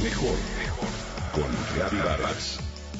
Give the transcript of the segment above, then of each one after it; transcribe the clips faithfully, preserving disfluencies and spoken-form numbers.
Mejor con Gaby Vargas.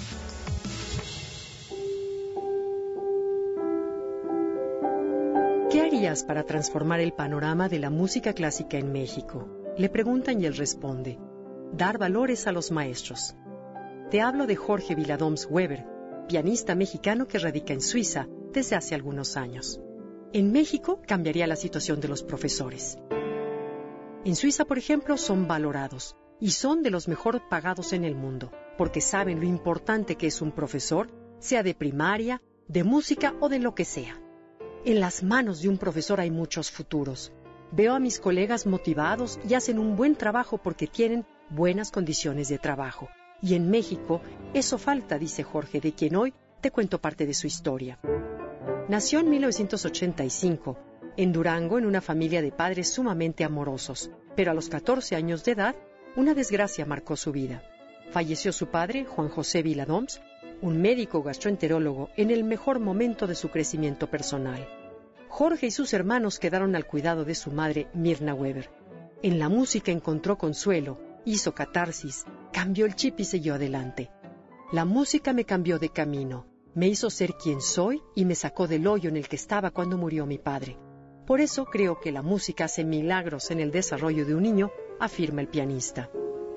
¿Qué harías para transformar el panorama de la música clásica en México? Le preguntan y él responde: dar valores a los maestros. Te hablo de Jorge Viladoms Weber, pianista mexicano que radica en Suiza desde hace algunos años. En México cambiaría la situación de los profesores. En Suiza, por ejemplo, son valorados y son de los mejor pagados en el mundo, porque saben lo importante que es un profesor, sea de primaria, de música o de lo que sea. En las manos de un profesor hay muchos futuros. Veo a mis colegas motivados y hacen un buen trabajo porque tienen buenas condiciones de trabajo. Y en México, eso falta, dice Jorge, de quien hoy te cuento parte de su historia. Nació en mil novecientos ochenta y cinco, en Durango, en una familia de padres sumamente amorosos, pero a los catorce años de edad, una desgracia marcó su vida. Falleció su padre, Juan José Viladoms, un médico gastroenterólogo en el mejor momento de su crecimiento personal. Jorge y sus hermanos quedaron al cuidado de su madre, Mirna Weber. En la música encontró consuelo, hizo catarsis, cambió el chip y siguió adelante. La música me cambió de camino, me hizo ser quien soy y me sacó del hoyo en el que estaba cuando murió mi padre. Por eso creo que la música hace milagros en el desarrollo de un niño, afirma el pianista.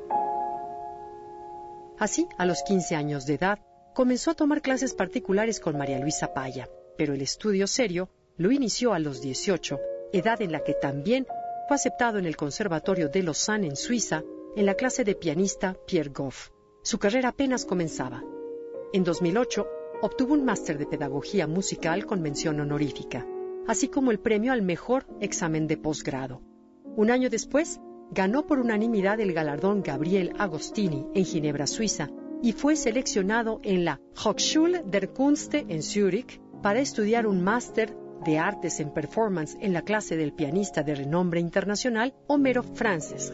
Así, a los quince años de edad, comenzó a tomar clases particulares con María Luisa Paya, pero el estudio serio lo inició a los dieciocho, edad en la que también fue aceptado en el Conservatorio de Lausanne en Suiza, en la clase de pianista Pierre Goff. Su carrera apenas comenzaba. En dos mil ocho, obtuvo un máster de pedagogía musical con mención honorífica, así como el premio al mejor examen de posgrado. Un año después, ganó por unanimidad el galardón Gabriel Agostini en Ginebra, Suiza, y fue seleccionado en la Hochschule der Künste en Zúrich para estudiar un máster de artes en performance en la clase del pianista de renombre internacional Homero Frances.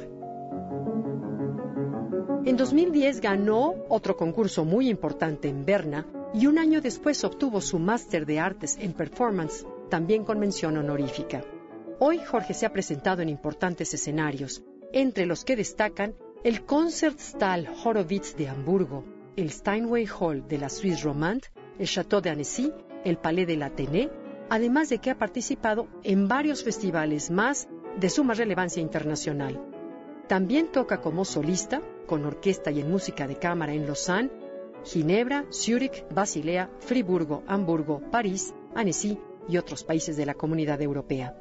En dos mil diez ganó otro concurso muy importante en Berna y un año después obtuvo su máster de artes en performance, también con mención honorífica. Hoy Jorge se ha presentado en importantes escenarios, entre los que destacan el Concertsaal Horowitz de Hamburgo, el Steinway Hall de la Suisse Romande, el Château d'Annecy, el Palais de l'Athénée, además de que ha participado en varios festivales más de suma relevancia internacional. También toca como solista, con orquesta y en música de cámara en Lausanne, Ginebra, Zúrich, Basilea, Friburgo, Hamburgo, París, Annecy y otros países de la Comunidad Europea.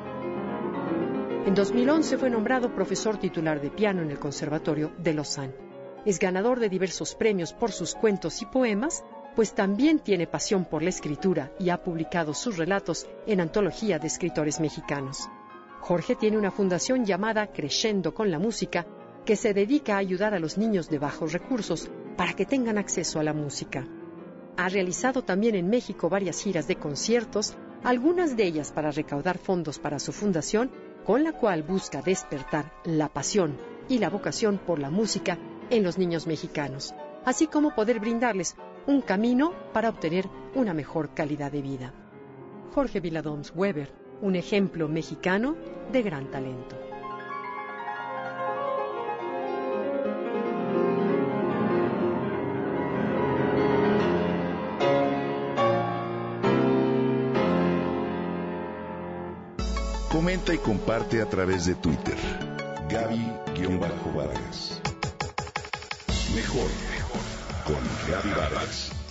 En dos mil once fue nombrado profesor titular de piano en el Conservatorio de Lausanne. Es ganador de diversos premios por sus cuentos y poemas, pues también tiene pasión por la escritura y ha publicado sus relatos en antología de escritores mexicanos. Jorge tiene una fundación llamada Crescendo con la Música, que se dedica a ayudar a los niños de bajos recursos para que tengan acceso a la música. Ha realizado también en México varias giras de conciertos, algunas de ellas para recaudar fondos para su fundación, con la cual busca despertar la pasión y la vocación por la música en los niños mexicanos, así como poder brindarles un camino para obtener una mejor calidad de vida. Jorge Viladoms Weber, un ejemplo mexicano de gran talento. Comenta y comparte a través de Twitter. Gaby-Vargas. Mejor con Gaby Vargas.